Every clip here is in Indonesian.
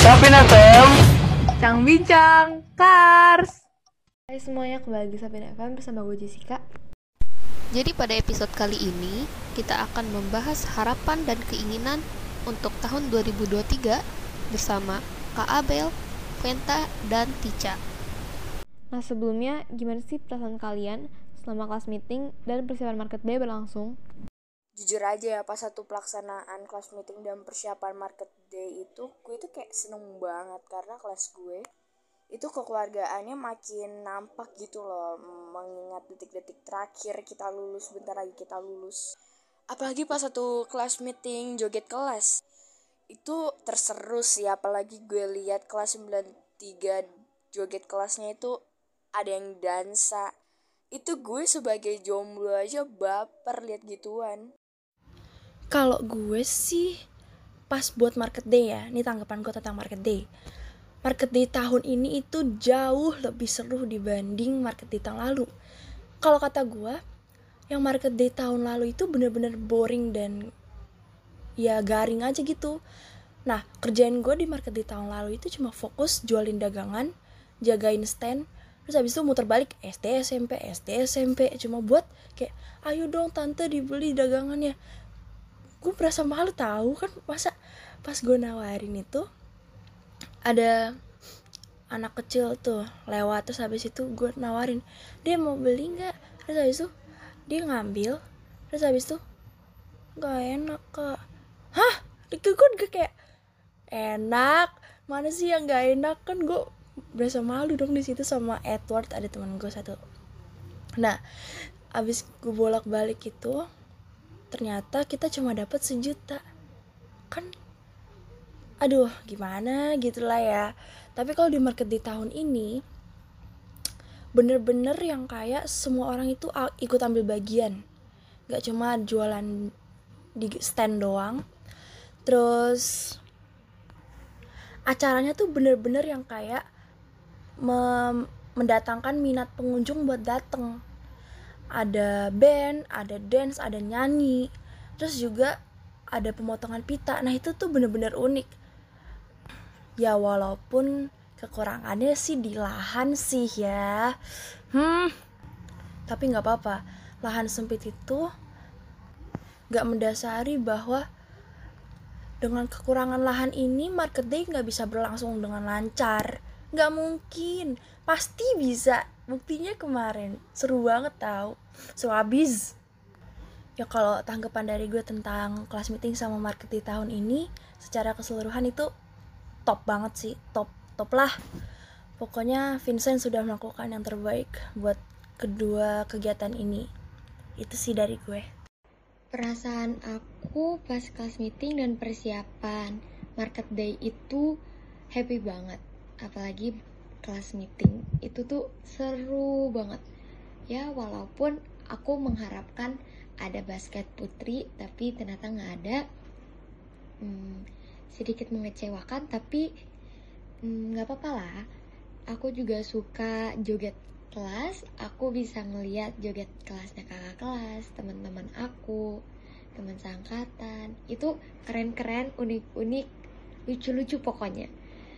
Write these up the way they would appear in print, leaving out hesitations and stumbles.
Sapin FM. Bincang Bincang Kars. Hai semuanya, kembali di Sapin FM bersama gue Jessica. Jadi pada episode kali ini kita akan membahas harapan dan keinginan untuk tahun 2023 bersama Kak Abel, Venta, dan Tica. Nah sebelumnya, gimana sih perasaan kalian selama kelas meeting dan persiapan market day berlangsung? Jujur aja ya, pas satu pelaksanaan kelas meeting dan persiapan market day itu, gue itu kayak seneng banget karena kelas gue itu kekeluargaannya makin nampak gitu loh, mengingat detik-detik terakhir kita lulus, bentar lagi kita lulus. Apalagi pas satu kelas meeting joget kelas, itu terseru sih, apalagi gue lihat kelas 93 joget kelasnya itu ada yang dansa. Itu gue sebagai jomblo aja baper lihat gituan. Kalau gue sih pas buat market day ya, ini tanggapan gue tentang market day. Market day tahun ini itu jauh lebih seru dibanding market day tahun lalu. Kalau kata gue, yang market day tahun lalu itu bener-bener boring dan ya garing aja gitu. Nah, kerjaan gue di market day tahun lalu itu cuma fokus jualin dagangan, jagain stand, terus habis itu muter balik SD SMP, cuma buat kayak, ayo dong tante dibeli dagangannya. Gue berasa malu tahu kan, masa pas gue nawarin itu ada anak kecil tuh lewat, terus habis itu gue nawarin dia mau beli nggak, terus habis itu dia ngambil, terus habis itu nggak enak kak. Hah, gue kayak enak mana sih yang nggak enak, kan gue berasa malu dong di situ. Sama Edward, ada teman gue satu. Nah abis gue bolak-balik itu ternyata kita cuma dapat 1 juta kan, aduh gimana gitulah ya. Tapi kalau di market di tahun ini bener-bener yang kayak semua orang itu ikut ambil bagian, gak cuma jualan di stand doang. Terus acaranya tuh bener-bener yang kayak mendatangkan minat pengunjung buat dateng. Ada band, ada dance, ada nyanyi, terus juga ada pemotongan pita. Nah itu tuh bener-bener unik. Ya walaupun kekurangannya sih di lahan sih ya, tapi nggak apa-apa. Lahan sempit itu nggak mendasari bahwa dengan kekurangan lahan ini market day nggak bisa berlangsung dengan lancar. Nggak mungkin, pasti bisa. Buktinya kemarin seru banget tau, seru abis. Ya kalau tanggapan dari gue tentang kelas meeting sama market di tahun ini secara keseluruhan itu top banget sih, top lah. Pokoknya Vincent sudah melakukan yang terbaik buat kedua kegiatan ini. Itu sih dari gue. Perasaan aku pas kelas meeting dan persiapan market day itu happy banget. Apalagi kelas meeting itu tuh seru banget. Ya walaupun aku mengharapkan ada basket putri, tapi ternyata gak ada. Sedikit mengecewakan, tapi gak apa-apa lah. Aku juga suka joget kelas. Aku bisa ngeliat joget kelasnya kakak kelas, teman-teman aku, teman seangkatan. Itu keren-keren, unik-unik, lucu-lucu pokoknya.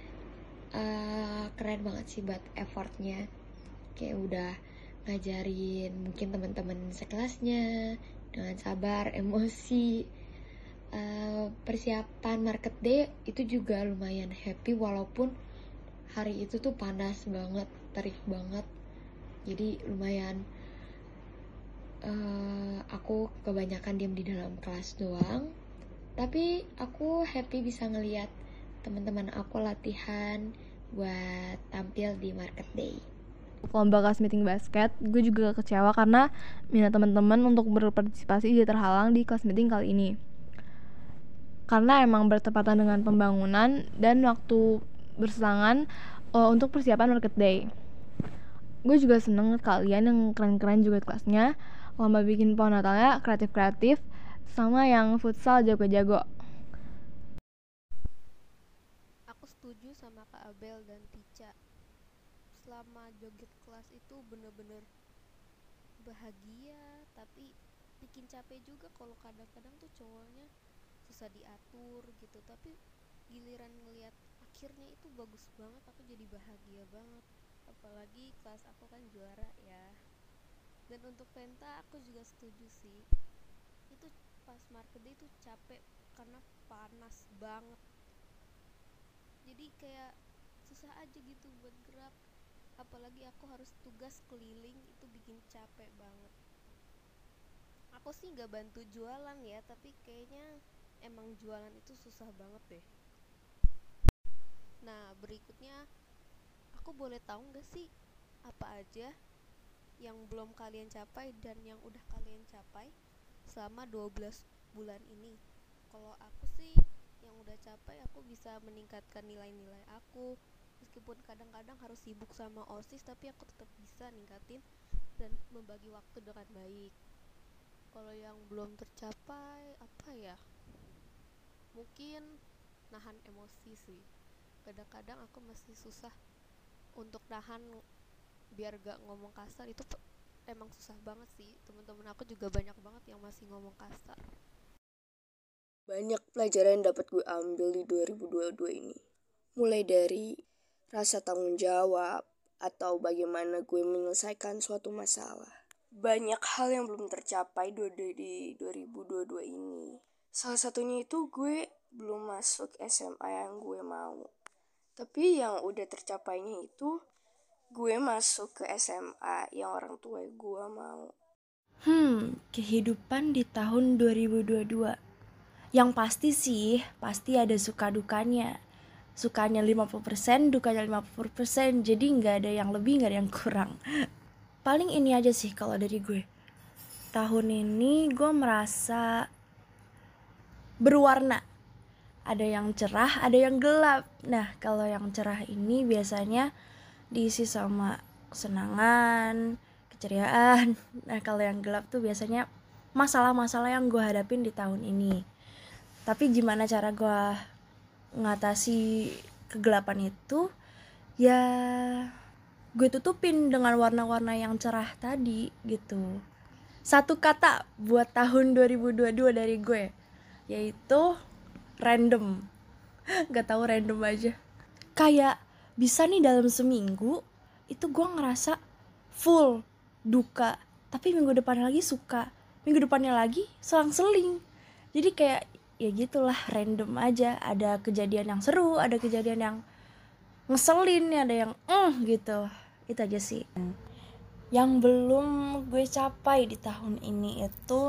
Keren banget sih buat effortnya. Kayak udah ngajarin mungkin teman-teman sekelasnya dengan sabar, emosi. Persiapan market day itu juga lumayan happy walaupun hari itu tuh panas banget, terik banget. Jadi lumayan aku kebanyakan diam di dalam kelas doang. Tapi aku happy bisa ngeliat teman-teman aku latihan buat tampil di market day. Lomba kelas meeting basket, gue juga kecewa karena minat teman-teman untuk berpartisipasi jadi terhalang di kelas meeting kali ini. Karena emang bertepatan dengan pembangunan dan waktu berselangan untuk persiapan market day. Gue juga seneng kalian yang keren-keren juga kelasnya. Lomba bikin pohon natalnya kreatif-kreatif, sama yang futsal jago-jago. Aku setuju sama Kak Abel dan Tica. Selama joget kelas itu bener-bener bahagia, tapi bikin capek juga kalau kadang-kadang tuh cowoknya susah diatur gitu. Tapi giliran ngelihat akhirnya itu bagus banget, aku jadi bahagia banget, apalagi kelas aku kan juara ya. Dan untuk Penta aku juga setuju sih, itu pas market day itu capek karena panas banget, jadi kayak susah aja gitu buat gerak, apalagi aku harus tugas keliling, itu bikin capek banget. Aku sih nggak bantu jualan ya, tapi kayaknya emang jualan itu susah banget deh. Nah, berikutnya aku boleh tahu nggak sih apa aja yang belum kalian capai dan yang udah kalian capai selama 12 bulan ini? Kalau aku sih yang udah capai, aku bisa meningkatkan nilai-nilai aku, meskipun kadang-kadang harus sibuk sama OSIS, tapi aku tetap bisa ningkatin dan membagi waktu dengan baik. Kalau yang belum tercapai apa ya, mungkin nahan emosi sih. Kadang-kadang aku masih susah untuk nahan biar gak ngomong kasar, itu emang susah banget sih. Teman-teman aku juga banyak banget yang masih ngomong kasar. Banyak pelajaran yang dapat gue ambil di 2022 ini. Mulai dari rasa tanggung jawab atau bagaimana gue menyelesaikan suatu masalah. Banyak hal yang belum tercapai di 2022 ini. Salah satunya itu gue belum masuk SMA yang gue mau. Tapi yang udah tercapainya itu gue masuk ke SMA yang orang tua gue mau. Kehidupan di tahun 2022. Yang pasti sih, pasti ada suka dukanya. Sukanya 50%, dukanya 50%. Jadi gak ada yang lebih, gak ada yang kurang. Paling ini aja sih kalau dari gue. Tahun ini gue merasa berwarna. Ada yang cerah, ada yang gelap. Nah, kalau yang cerah ini biasanya diisi sama kesenangan, keceriaan. Nah, kalau yang gelap tuh biasanya masalah-masalah yang gue hadapin di tahun ini. Tapi gimana cara gue ngatasi kegelapan itu? Ya, gue tutupin dengan warna-warna yang cerah tadi gitu. Satu kata buat tahun 2022 dari gue, yaitu random. Gak tahu, random aja. Kayak bisa nih dalam seminggu itu gue ngerasa full duka, tapi minggu depan lagi suka, minggu depannya lagi selang-seling. Jadi kayak ya gitulah, random aja. Ada kejadian yang seru, ada kejadian yang ngeselin, ada yang gitu. Itu aja sih. Yang belum gue capai di tahun ini itu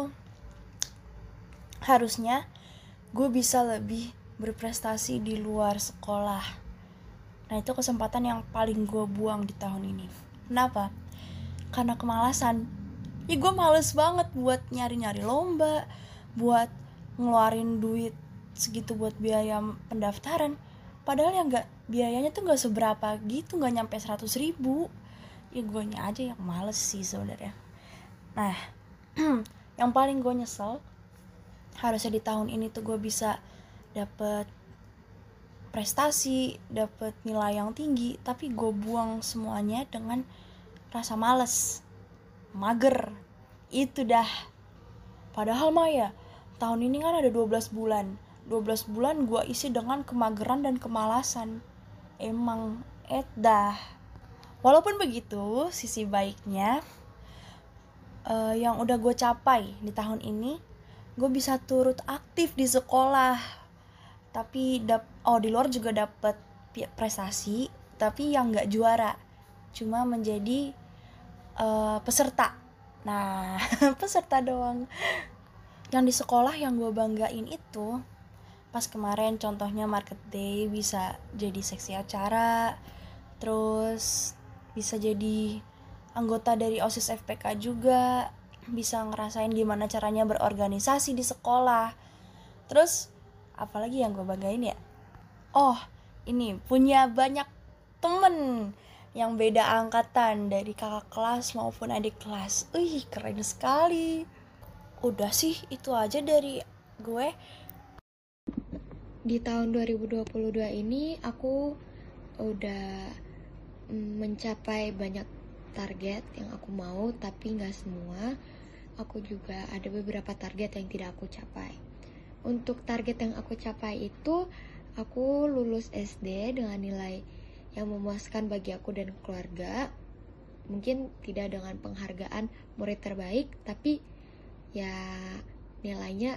harusnya gue bisa lebih berprestasi di luar sekolah. Nah, itu kesempatan yang paling gue buang di tahun ini. Kenapa? Karena kemalasan. Ya gue males banget buat nyari-nyari lomba, buat ngeluarin duit segitu buat biaya pendaftaran. Padahal yang biayanya tuh gak seberapa gitu, gak nyampe 100.000. Ya guenya aja yang males sih sebenarnya. Nah, yang paling gue nyesel, harusnya di tahun ini tuh gue bisa dapet prestasi, dapet nilai yang tinggi, tapi gue buang semuanya dengan rasa males, mager. Itu dah. Padahal mah ya, tahun ini kan ada 12 bulan. 12 bulan gue isi dengan kemageran dan kemalasan. Emang edah. Walaupun begitu, sisi baiknya yang udah gue capai di tahun ini, gue bisa turut aktif di sekolah. Tapi di luar juga dapet prestasi, tapi yang gak juara, cuma menjadi peserta. Nah, peserta doang. Yang di sekolah yang gue banggain itu pas kemarin contohnya market day bisa jadi seksi acara, terus bisa jadi anggota dari OSIS FPK juga, bisa ngerasain gimana caranya berorganisasi di sekolah. Terus apalagi yang gue banggain ya? Oh, ini punya banyak temen yang beda angkatan, dari kakak kelas maupun adik kelas. Keren sekali. Udah sih, itu aja dari gue. Di tahun 2022 ini aku udah mencapai banyak target yang aku mau, tapi gak semua. Aku juga ada beberapa target yang tidak aku capai. Untuk target yang aku capai itu Aku lulus SD dengan nilai yang memuaskan bagi aku dan keluarga. Mungkin tidak dengan penghargaan murid terbaik, tapi ya nilainya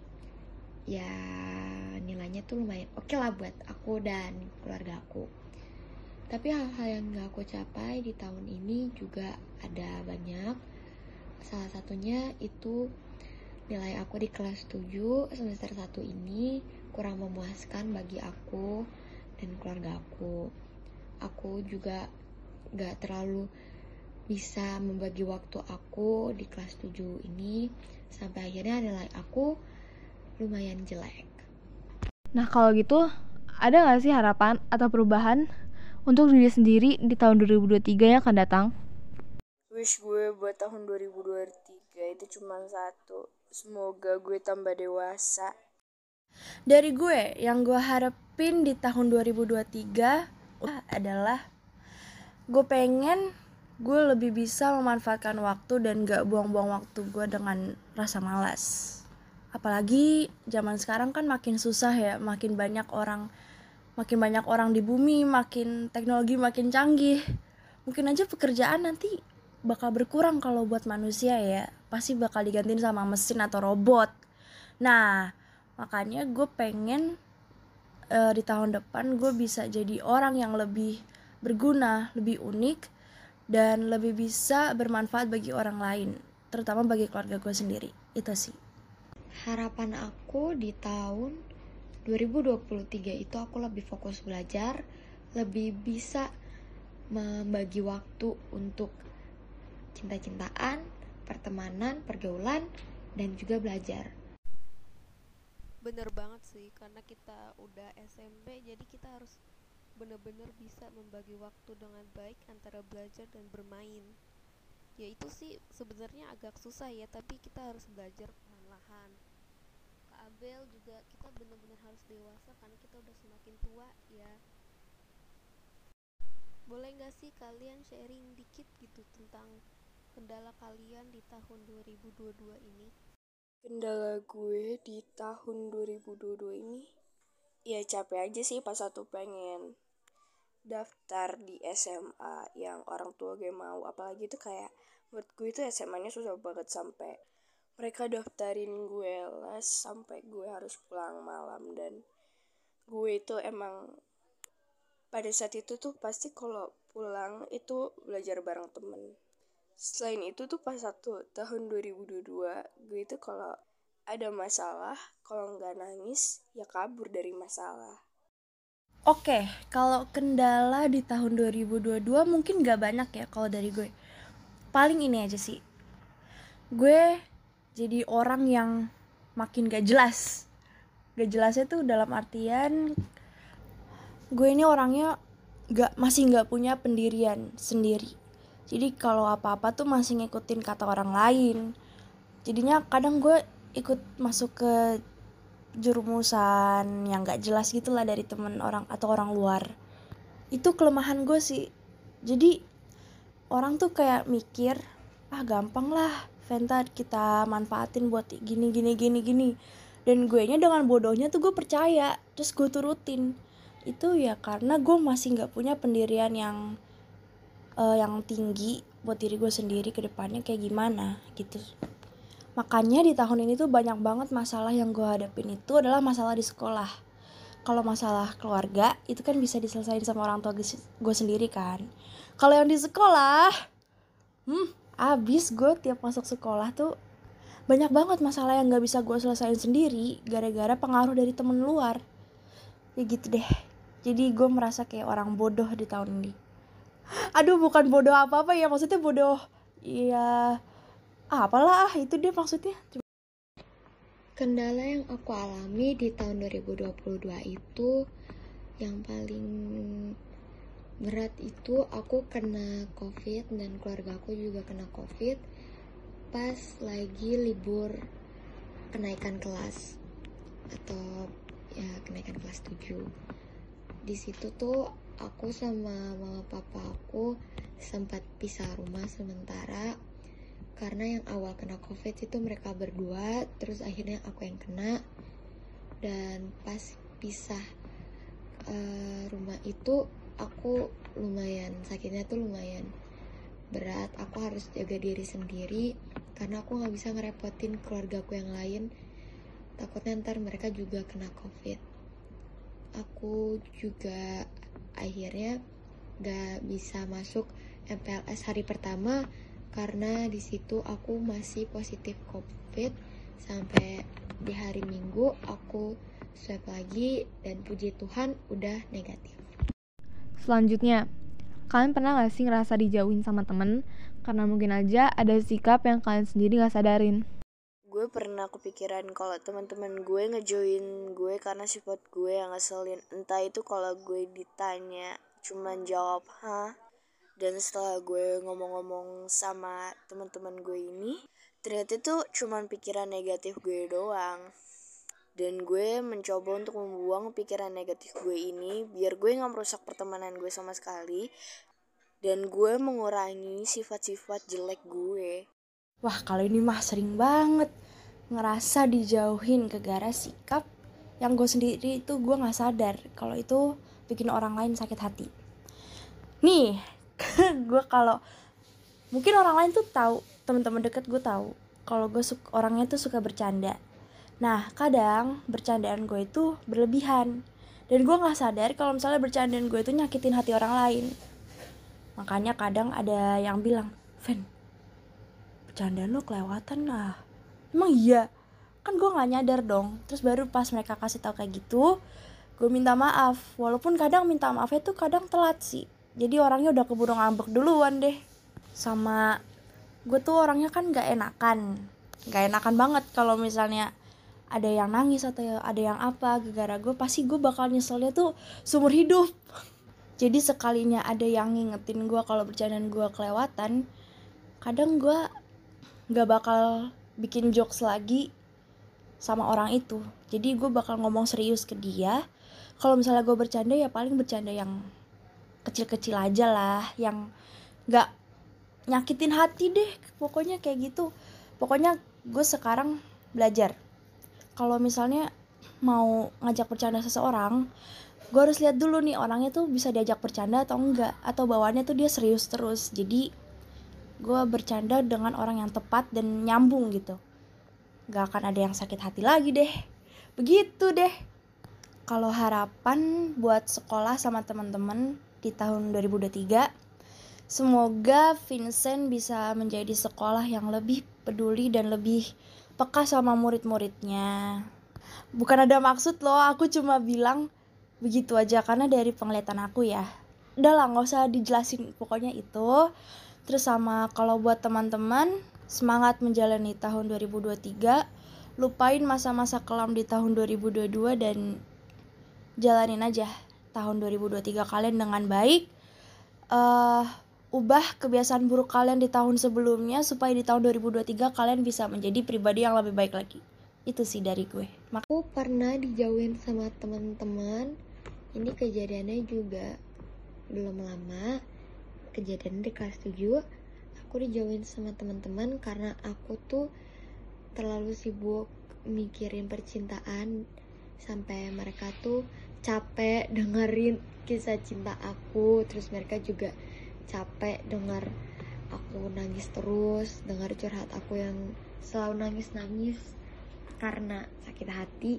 tuh lumayan oke lah buat aku dan keluarga aku. Tapi hal-hal yang gak aku capai di tahun ini juga ada banyak. Salah satunya itu nilai aku di kelas 7 semester 1 ini kurang memuaskan bagi aku dan keluarga aku. Aku juga gak terlalu bisa membagi waktu aku di kelas 7 ini, sampai akhirnya nilai aku lumayan jelek. Nah kalau gitu, ada gak sih harapan atau perubahan untuk diri sendiri di tahun 2023 yang akan datang? Wish gue buat tahun 2023 itu cuma satu. Semoga gue tambah dewasa. Dari gue, yang gue harapin di tahun 2023 adalah gue pengen gue lebih bisa memanfaatkan waktu dan gak buang-buang waktu gue dengan rasa malas. Apalagi zaman sekarang kan makin susah ya, makin banyak orang di bumi, makin teknologi makin canggih. Mungkin aja pekerjaan nanti bakal berkurang kalau buat manusia ya, pasti bakal digantiin sama mesin atau robot. Nah, makanya gue pengen di tahun depan gue bisa jadi orang yang lebih berguna, lebih unik, dan lebih bisa bermanfaat bagi orang lain, terutama bagi keluarga gue sendiri. Itu sih. Harapan aku di tahun 2023 itu aku lebih fokus belajar, lebih bisa membagi waktu untuk cinta-cintaan, pertemanan, pergaulan, dan juga belajar. Bener banget sih, karena kita udah SMP, jadi kita harus bener-bener bisa membagi waktu dengan baik antara belajar dan bermain. Ya itu sih sebenarnya agak susah ya, tapi kita harus belajar perlahan-lahan. Kak Abel juga, kita bener-bener harus dewasa karena kita udah semakin tua ya. Boleh gak sih kalian sharing dikit gitu tentang kendala kalian di tahun 2022 ini? Kendala gue di tahun 2022 ini ya capek aja sih, pas satu pengen daftar di SMA yang orang tua gue mau. Apalagi itu kayak menurut gue itu SMA-nya susah banget, sampai mereka daftarin gue les sampai gue harus pulang malam. Dan gue itu emang pada saat itu tuh pasti kalau pulang itu belajar bareng temen. Selain itu tuh pas satu tahun 2022 gue itu kalau ada masalah, kalau nggak nangis ya kabur dari masalah. Oke, kalau kendala di tahun 2022 mungkin gak banyak ya kalau dari gue. Paling ini aja sih. Gue jadi orang yang makin gak jelas. Gak jelasnya tuh dalam artian gue ini orangnya masih gak punya pendirian sendiri. Jadi kalau apa-apa tuh masih ngikutin kata orang lain. Jadinya kadang gue ikut masuk ke jerumusan yang gak jelas gitu lah dari temen orang atau orang luar. Itu kelemahan gue sih. Jadi orang tuh kayak mikir, gampang lah Venta kita manfaatin buat gini. Dan gue nya dengan bodohnya tuh gue percaya, terus gue turutin. Itu ya karena gue masih gak punya pendirian yang tinggi buat diri gue sendiri ke depannya kayak gimana gitu. Makanya di tahun ini tuh banyak banget masalah yang gue hadapin itu adalah masalah di sekolah. Kalau masalah keluarga itu kan bisa diselesaikan sama orang tua gue sendiri kan. Kalau yang di sekolah, abis gue tiap masuk sekolah tuh banyak banget masalah yang gak bisa gue selesain sendiri gara-gara pengaruh dari temen luar. Ya gitu deh. Jadi gue merasa kayak orang bodoh di tahun ini. Aduh, bukan bodoh apa-apa ya, maksudnya bodoh ya apalah itu deh maksudnya. Kendala yang aku alami di tahun 2022 itu yang paling berat itu aku kena COVID dan keluarga aku juga kena COVID pas lagi libur kenaikan kelas atau ya kenaikan kelas 7. Di situ tuh aku sama mama papa aku sempat pisah rumah sementara karena yang awal kena COVID itu mereka berdua, terus akhirnya aku yang kena. Dan pas pisah rumah itu aku lumayan sakitnya tuh lumayan berat. Aku harus jaga diri sendiri karena aku nggak bisa ngerepotin keluarga aku yang lain, takutnya ntar mereka juga kena COVID. Aku juga akhirnya gak bisa masuk MPLS hari pertama karena di situ aku masih positif COVID. Sampai di hari Minggu aku swab lagi dan puji Tuhan udah negatif. Selanjutnya, kalian pernah gak sih ngerasa dijauhin sama temen karena mungkin aja ada sikap yang kalian sendiri gak sadarin? Gue pernah kepikiran kalau teman-teman gue ngejoin gue karena sifat gue yang ngeselin. Entah itu kalau gue ditanya cuman jawab hah. Dan setelah gue ngomong-ngomong sama teman-teman gue ini, ternyata itu cuman pikiran negatif gue doang. Dan gue mencoba untuk membuang pikiran negatif gue ini biar gue gak merusak pertemanan gue sama sekali. Dan gue mengurangi sifat-sifat jelek gue. Wah, kalau ini mah sering banget ngerasa dijauhin gara-gara sikap yang gue sendiri itu gue gak sadar kalau itu bikin orang lain sakit hati. Nih, gue kalau mungkin orang lain tuh tahu, teman-teman deket gue tahu kalau gue orangnya tuh suka bercanda. Nah, kadang bercandaan gue itu berlebihan dan gue nggak sadar kalau misalnya bercandaan gue itu nyakitin hati orang lain. Makanya kadang ada yang bilang, Fen, bercandaan lo kelewatan lah. Emang iya? Kan gue nggak nyadar dong. Terus baru pas mereka kasih tahu kayak gitu, gue minta maaf. Walaupun kadang minta maafnya tuh kadang telat sih. Jadi orangnya udah keburu ngambek duluan deh. Sama gue tuh orangnya kan gak enakan banget kalau misalnya ada yang nangis atau ada yang apa gara-gara gue, pasti gue bakal nyeselnya tuh seumur hidup. Jadi sekalinya ada yang ngingetin gue kalau bercandaan gue kelewatan, kadang gue gak bakal bikin jokes lagi sama orang itu. Jadi gue bakal ngomong serius ke dia. Kalau misalnya gue bercanda ya paling bercanda yang kecil-kecil aja lah, yang gak nyakitin hati deh, pokoknya kayak gitu. Pokoknya gue sekarang belajar kalau misalnya mau ngajak bercanda seseorang, gue harus lihat dulu nih orangnya tuh bisa diajak bercanda atau enggak, atau bawaannya tuh dia serius terus. Jadi gue bercanda dengan orang yang tepat dan nyambung gitu, gak akan ada yang sakit hati lagi deh. Begitu deh. Kalau harapan buat sekolah sama teman-teman di tahun 2023, semoga Vincent bisa menjadi sekolah yang lebih peduli dan lebih peka sama murid-muridnya. Bukan ada maksud loh, aku cuma bilang begitu aja karena dari penglihatan aku ya. Udah lah, gak usah dijelasin, pokoknya itu. Terus sama kalau buat teman-teman, semangat menjalani tahun 2023, lupain masa-masa kelam di tahun 2022 dan jalanin aja tahun 2023 kalian dengan baik. Ubah kebiasaan buruk kalian di tahun sebelumnya supaya di tahun 2023 kalian bisa menjadi pribadi yang lebih baik lagi. Itu sih dari gue. Aku pernah dijauhin sama teman-teman. Ini kejadiannya juga belum lama. Kejadian di kelas 7. Aku dijauhin sama teman-teman karena aku tuh terlalu sibuk mikirin percintaan sampai mereka tuh capek dengerin kisah cinta aku. Terus mereka juga capek dengar aku nangis terus, dengar curhat aku yang selalu nangis-nangis karena sakit hati.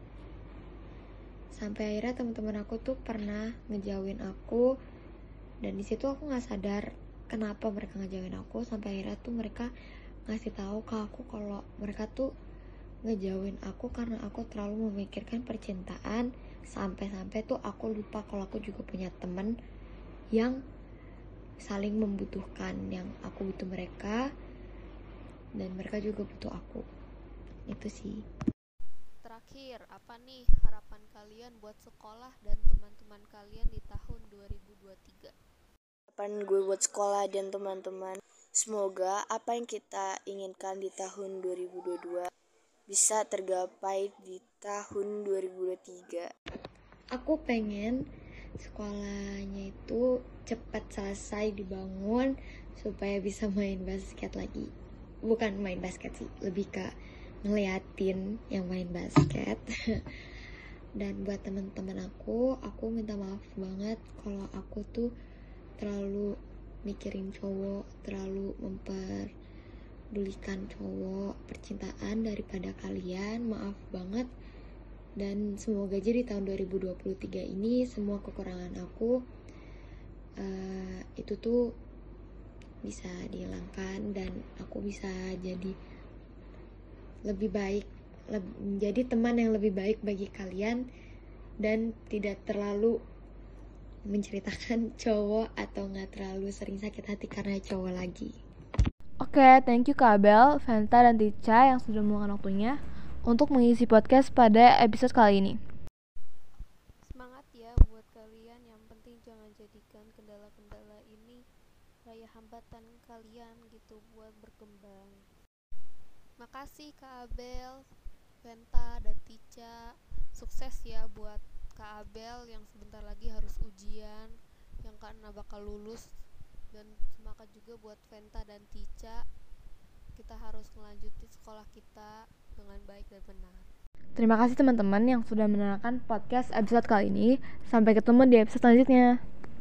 Sampai akhirnya teman-teman aku tuh pernah ngejauhin aku, dan di situ aku nggak sadar kenapa mereka ngejauhin aku. Sampai akhirnya tuh mereka ngasih tahu ke aku kalau mereka tuh ngejauhin aku karena aku terlalu memikirkan percintaan, sampai-sampai tuh aku lupa kalau aku juga punya teman yang saling membutuhkan, yang aku butuh mereka dan mereka juga butuh aku. Itu sih. Terakhir, apa nih harapan kalian buat sekolah dan teman-teman kalian di tahun 2023? Harapan gue buat sekolah dan teman-teman, semoga apa yang kita inginkan di tahun 2022 bisa tergapai di tahun 2023. Aku pengen sekolahnya itu cepat selesai dibangun supaya bisa main basket lagi. Bukan main basket sih, lebih ke ngeliatin yang main basket. Dan buat teman-teman aku minta maaf banget kalau aku tuh terlalu mikirin cowok, terlalu memperdulikan cowok, percintaan daripada kalian. Maaf banget. Dan semoga aja di tahun 2023 ini semua kekurangan aku itu tuh bisa dihilangkan dan aku bisa jadi lebih baik, menjadi teman yang lebih baik bagi kalian dan tidak terlalu menceritakan cowok atau nggak terlalu sering sakit hati karena cowok lagi. Oke, thank you Kak Abel, Venta, dan Tica yang sudah meluangkan waktunya untuk mengisi podcast pada episode kali ini. Semangat ya buat kalian, yang penting jangan jadikan kendala-kendala ini kayak hambatan kalian gitu buat berkembang. Makasih Kak Abel, Venta, dan Tica. Sukses ya buat Kak Abel yang sebentar lagi harus ujian, yang karena bakal lulus. Dan semangat juga buat Venta dan Tica. Kita harus melanjutin sekolah kita dengan baik dan benar. Terima kasih teman-teman yang sudah mendengarkan podcast episode kali ini. Sampai ketemu di episode selanjutnya.